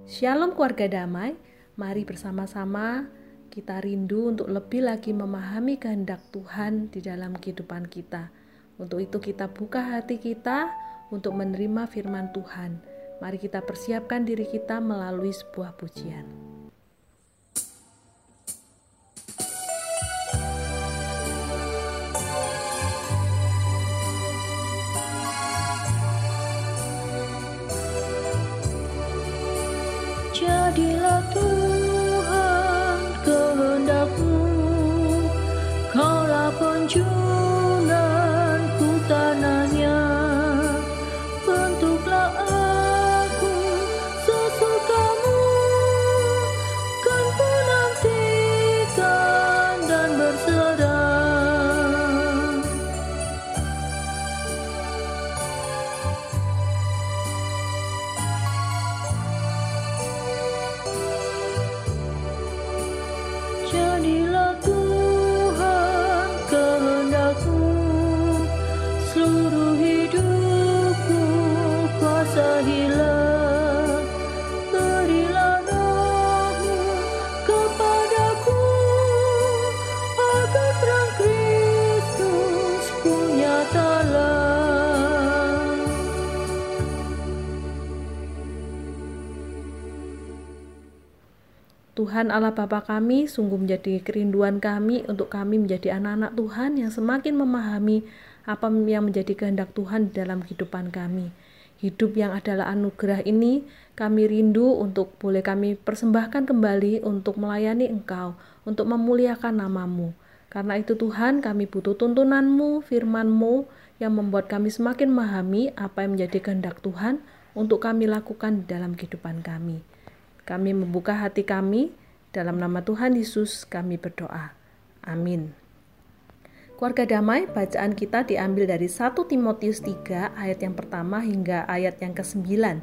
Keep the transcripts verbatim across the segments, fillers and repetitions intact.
Shalom keluarga damai, mari bersama-sama kita rindu untuk lebih lagi memahami kehendak Tuhan di dalam kehidupan kita. Untuk itu kita buka hati kita untuk menerima firman Tuhan. Mari kita persiapkan diri kita melalui sebuah pujian. Jadilah Tuhan kehendak-Mu, Kaulah penjunan ku tanahnya. Bentuklah aku sesukamu, kan ku nantikan dan berserah. Jadilah Tuhan kehendak-Mu, seluruh hidupku kuasailah. Berilah Roh-Mu kepadaku, agar terang Kristus ku nyatalah. Tuhan Allah Bapa kami, sungguh menjadi kerinduan kami untuk kami menjadi anak-anak Tuhan yang semakin memahami apa yang menjadi kehendak Tuhan dalam kehidupan kami. Hidup yang adalah anugerah ini, kami rindu untuk boleh kami persembahkan kembali untuk melayani Engkau, untuk memuliakan nama-Mu. Karena itu Tuhan, kami butuh tuntunan-Mu, firman-Mu yang membuat kami semakin memahami apa yang menjadi kehendak Tuhan untuk kami lakukan dalam kehidupan kami. Kami membuka hati kami, dalam nama Tuhan Yesus kami berdoa. Amin. Keluarga damai, bacaan kita diambil dari satu Timotius tiga ayat yang pertama hingga ayat yang kesembilan.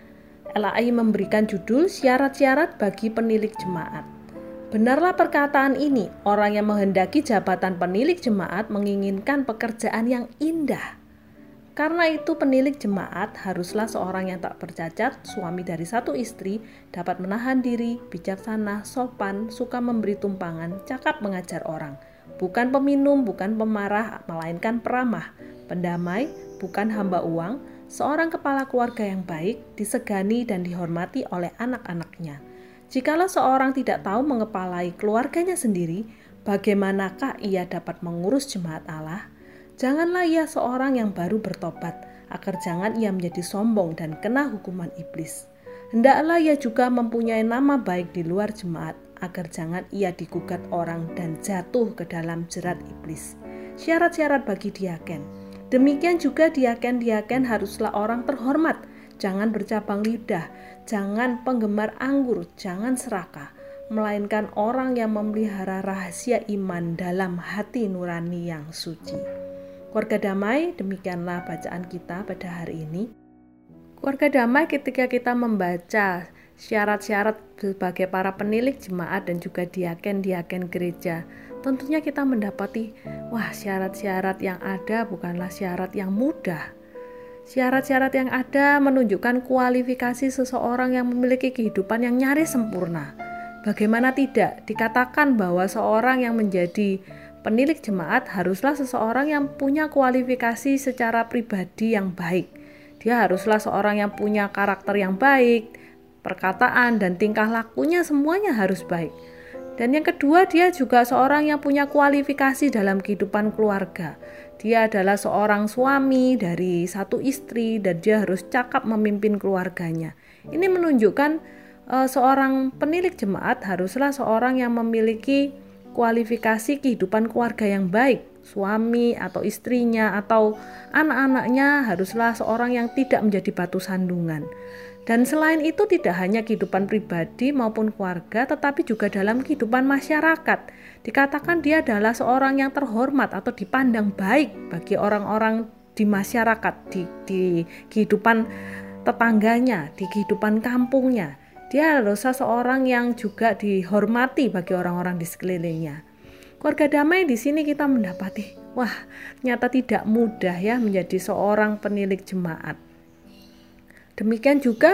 L A I memberikan judul syarat-syarat bagi penilik jemaat. Benarlah perkataan ini, orang yang menghendaki jabatan penilik jemaat menginginkan pekerjaan yang indah. Karena itu penilik jemaat haruslah seorang yang tak bercacat, suami dari satu istri, dapat menahan diri, bijaksana, sopan, suka memberi tumpangan, cakap mengajar orang. Bukan peminum, bukan pemarah, melainkan peramah, pendamai, bukan hamba uang, seorang kepala keluarga yang baik, disegani dan dihormati oleh anak-anaknya. Jikalau seorang tidak tahu mengepalai keluarganya sendiri, bagaimanakah ia dapat mengurus jemaat Allah? Janganlah ia seorang yang baru bertobat, agar jangan ia menjadi sombong dan kena hukuman iblis. Hendaklah ia juga mempunyai nama baik di luar jemaat, agar jangan ia digugat orang dan jatuh ke dalam jerat iblis. Syarat-syarat bagi diaken. Demikian juga diaken-diaken haruslah orang terhormat, jangan bercabang lidah, jangan penggemar anggur, jangan serakah, melainkan orang yang memelihara rahasia iman dalam hati nurani yang suci. Keluarga damai, demikianlah bacaan kita pada hari ini. Keluarga damai, ketika kita membaca syarat-syarat sebagai para penilik jemaat dan juga diaken-diaken gereja, tentunya kita mendapati, wah, syarat-syarat yang ada bukanlah syarat yang mudah. Syarat-syarat yang ada menunjukkan kualifikasi seseorang yang memiliki kehidupan yang nyaris sempurna. Bagaimana tidak dikatakan bahwa seorang yang menjadi penilik jemaat haruslah seseorang yang punya kualifikasi secara pribadi yang baik. Dia haruslah seorang yang punya karakter yang baik, perkataan dan tingkah lakunya semuanya harus baik. Dan yang kedua, dia juga seorang yang punya kualifikasi dalam kehidupan keluarga. Dia adalah seorang suami dari satu istri dan dia harus cakap memimpin keluarganya. Ini menunjukkan uh, seorang penilik jemaat haruslah seorang yang memiliki kualifikasi kehidupan keluarga yang baik. Suami atau istrinya atau anak-anaknya haruslah seorang yang tidak menjadi batu sandungan. Dan selain itu tidak hanya kehidupan pribadi maupun keluarga, tetapi juga dalam kehidupan masyarakat. Dikatakan dia adalah seorang yang terhormat atau dipandang baik bagi orang-orang di masyarakat, di, di kehidupan tetangganya, di kehidupan kampungnya. Dia haruslah seorang yang juga dihormati bagi orang-orang di sekelilingnya. Keluarga damai, di sini kita mendapati, wah, ternyata tidak mudah ya menjadi seorang penilik jemaat. Demikian juga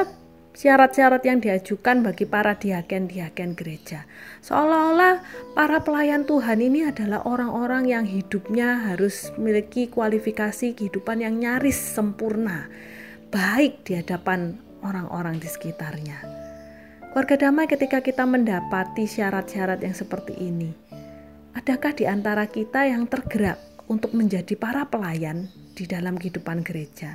syarat-syarat yang diajukan bagi para diaken-diaken gereja. Seolah-olah para pelayan Tuhan ini adalah orang-orang yang hidupnya harus memiliki kualifikasi kehidupan yang nyaris sempurna, baik di hadapan orang-orang di sekitarnya. Keluarga damai, ketika kita mendapati syarat-syarat yang seperti ini, adakah di antara kita yang tergerak untuk menjadi para pelayan di dalam kehidupan gereja?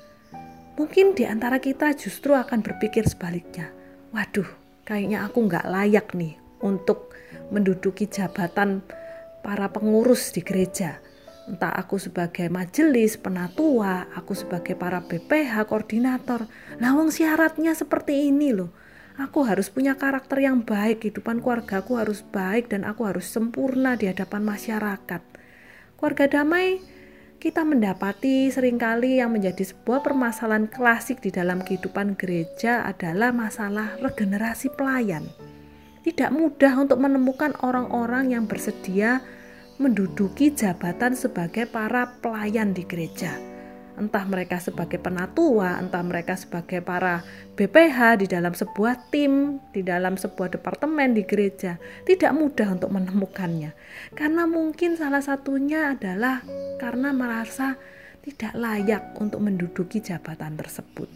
Mungkin di antara kita justru akan berpikir sebaliknya. Waduh, kayaknya aku gak layak nih untuk menduduki jabatan para pengurus di gereja. Entah aku sebagai majelis, penatua, aku sebagai para B P H, koordinator. Nah, wong syaratnya seperti ini loh. Aku harus punya karakter yang baik, kehidupan keluargaku harus baik, dan aku harus sempurna di hadapan masyarakat. Keluarga damai, kita mendapati seringkali yang menjadi sebuah permasalahan klasik di dalam kehidupan gereja adalah masalah regenerasi pelayan. Tidak mudah untuk menemukan orang-orang yang bersedia menduduki jabatan sebagai para pelayan di gereja. Entah mereka sebagai penatua, entah mereka sebagai para B P H di dalam sebuah tim, di dalam sebuah departemen di gereja. Tidak mudah untuk menemukannya. Karena mungkin salah satunya adalah karena merasa tidak layak untuk menduduki jabatan tersebut.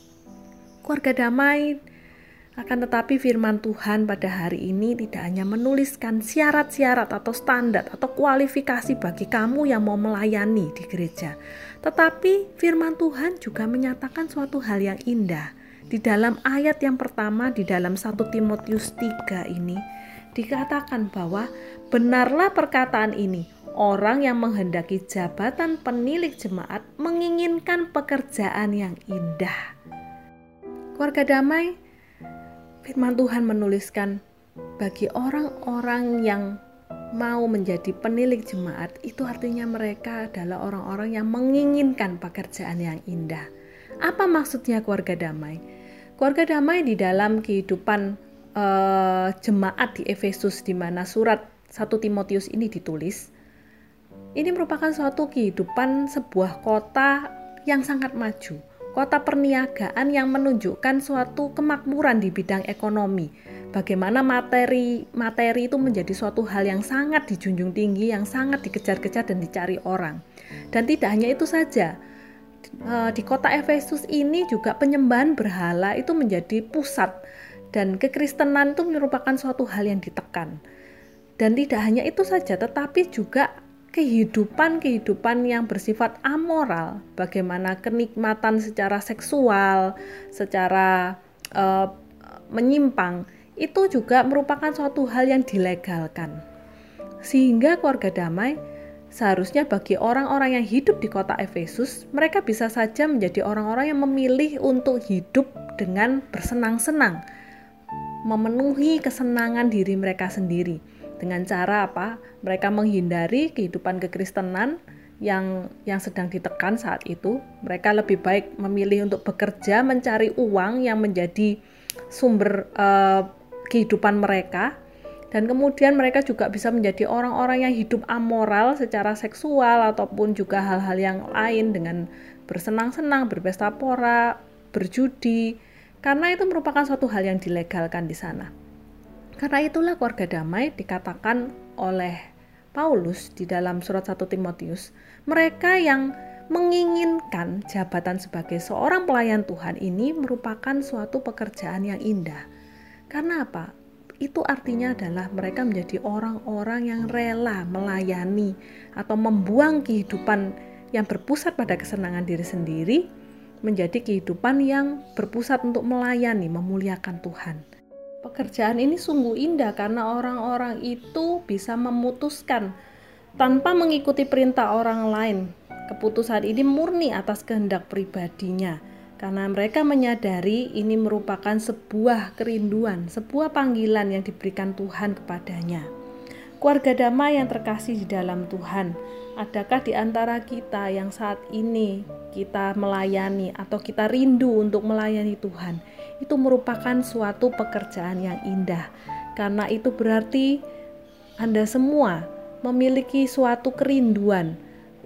Keluarga damai, akan tetapi firman Tuhan pada hari ini tidak hanya menuliskan syarat-syarat atau standar atau kualifikasi bagi kamu yang mau melayani di gereja. Tetapi firman Tuhan juga menyatakan suatu hal yang indah. Di dalam ayat yang pertama di dalam satu Timotius tiga ini dikatakan bahwa benarlah perkataan ini, orang yang menghendaki jabatan penilik jemaat menginginkan pekerjaan yang indah. Keluarga damai, firman Tuhan menuliskan bagi orang-orang yang mau menjadi penilik jemaat, itu artinya mereka adalah orang-orang yang menginginkan pekerjaan yang indah. Apa maksudnya keluarga damai? Keluarga damai di dalam kehidupan uh, jemaat di Efesus, di mana surat satu Timotius ini ditulis, ini merupakan suatu kehidupan sebuah kota yang sangat maju, kota perniagaan yang menunjukkan suatu kemakmuran di bidang ekonomi. Bagaimana materi materi itu menjadi suatu hal yang sangat dijunjung tinggi, yang sangat dikejar-kejar dan dicari orang. Dan tidak hanya itu saja, di kota Efesus ini juga penyembahan berhala itu menjadi pusat, dan kekristenan itu merupakan suatu hal yang ditekan. Dan tidak hanya itu saja, tetapi juga kehidupan-kehidupan yang bersifat amoral, bagaimana kenikmatan secara seksual, secara uh, menyimpang, itu juga merupakan suatu hal yang dilegalkan. Sehingga keluarga damai, seharusnya bagi orang-orang yang hidup di kota Efesus, mereka bisa saja menjadi orang-orang yang memilih untuk hidup dengan bersenang-senang, memenuhi kesenangan diri mereka sendiri. Dengan cara apa? Mereka menghindari kehidupan kekristenan yang yang sedang ditekan saat itu. Mereka lebih baik memilih untuk bekerja, mencari uang yang menjadi sumber uh, kehidupan mereka, dan kemudian mereka juga bisa menjadi orang-orang yang hidup amoral secara seksual ataupun juga hal-hal yang lain dengan bersenang-senang, berpesta pora, berjudi, karena itu merupakan suatu hal yang dilegalkan di sana. Karena itulah keluarga damai dikatakan oleh Paulus di dalam surat satu Timotius, mereka yang menginginkan jabatan sebagai seorang pelayan Tuhan ini merupakan suatu pekerjaan yang indah. Karena apa? Itu artinya adalah mereka menjadi orang-orang yang rela melayani atau membuang kehidupan yang berpusat pada kesenangan diri sendiri menjadi kehidupan yang berpusat untuk melayani, memuliakan Tuhan. Pekerjaan ini sungguh indah karena orang-orang itu bisa memutuskan tanpa mengikuti perintah orang lain. Keputusan ini murni atas kehendak pribadinya. Karena mereka menyadari ini merupakan sebuah kerinduan, sebuah panggilan yang diberikan Tuhan kepadanya. Keluarga damai yang terkasih di dalam Tuhan, adakah di antara kita yang saat ini kita melayani atau kita rindu untuk melayani Tuhan? Itu merupakan suatu pekerjaan yang indah. Karena itu berarti Anda semua memiliki suatu kerinduan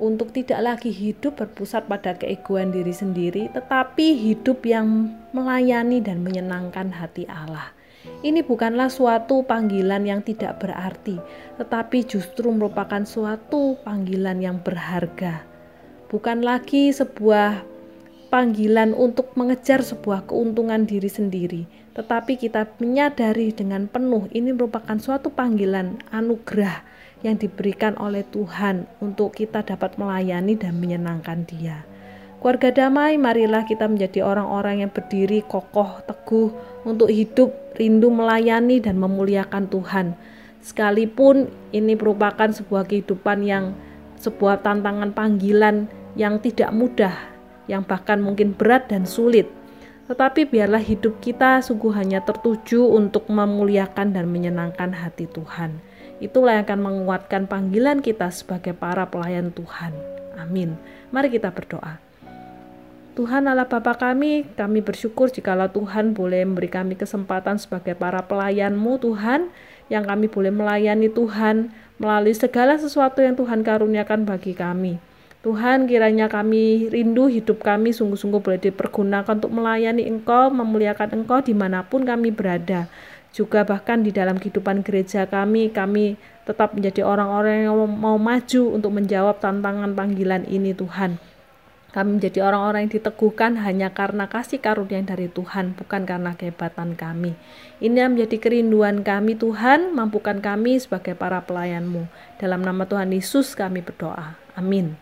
untuk tidak lagi hidup berpusat pada keegoan diri sendiri, tetapi hidup yang melayani dan menyenangkan hati Allah. Ini bukanlah suatu panggilan yang tidak berarti, tetapi justru merupakan suatu panggilan yang berharga. Bukan lagi sebuah panggilan untuk mengejar sebuah keuntungan diri sendiri, tetapi kita menyadari dengan penuh ini merupakan suatu panggilan anugerah yang diberikan oleh Tuhan untuk kita dapat melayani dan menyenangkan Dia. Keluarga damai, marilah kita menjadi orang-orang yang berdiri kokoh, teguh untuk hidup, rindu melayani dan memuliakan Tuhan. Sekalipun ini merupakan sebuah kehidupan yang sebuah tantangan panggilan yang tidak mudah, yang bahkan mungkin berat dan sulit. Tetapi biarlah hidup kita sungguh hanya tertuju untuk memuliakan dan menyenangkan hati Tuhan. Itulah yang akan menguatkan panggilan kita sebagai para pelayan Tuhan. Amin. Mari kita berdoa. Tuhan Allah Bapa kami, kami bersyukur jikalau Tuhan boleh memberi kami kesempatan sebagai para pelayan-Mu Tuhan, yang kami boleh melayani Tuhan melalui segala sesuatu yang Tuhan karuniakan bagi kami. Tuhan, kiranya kami rindu hidup kami sungguh-sungguh boleh dipergunakan untuk melayani Engkau, memuliakan Engkau dimanapun kami berada. Juga bahkan di dalam kehidupan gereja kami, kami tetap menjadi orang-orang yang mau maju untuk menjawab tantangan panggilan ini Tuhan. Kami menjadi orang-orang yang diteguhkan hanya karena kasih karunia dari Tuhan, bukan karena kehebatan kami. Ini yang menjadi kerinduan kami Tuhan, mampukan kami sebagai para pelayan-Mu. Dalam nama Tuhan Yesus kami berdoa. Amin.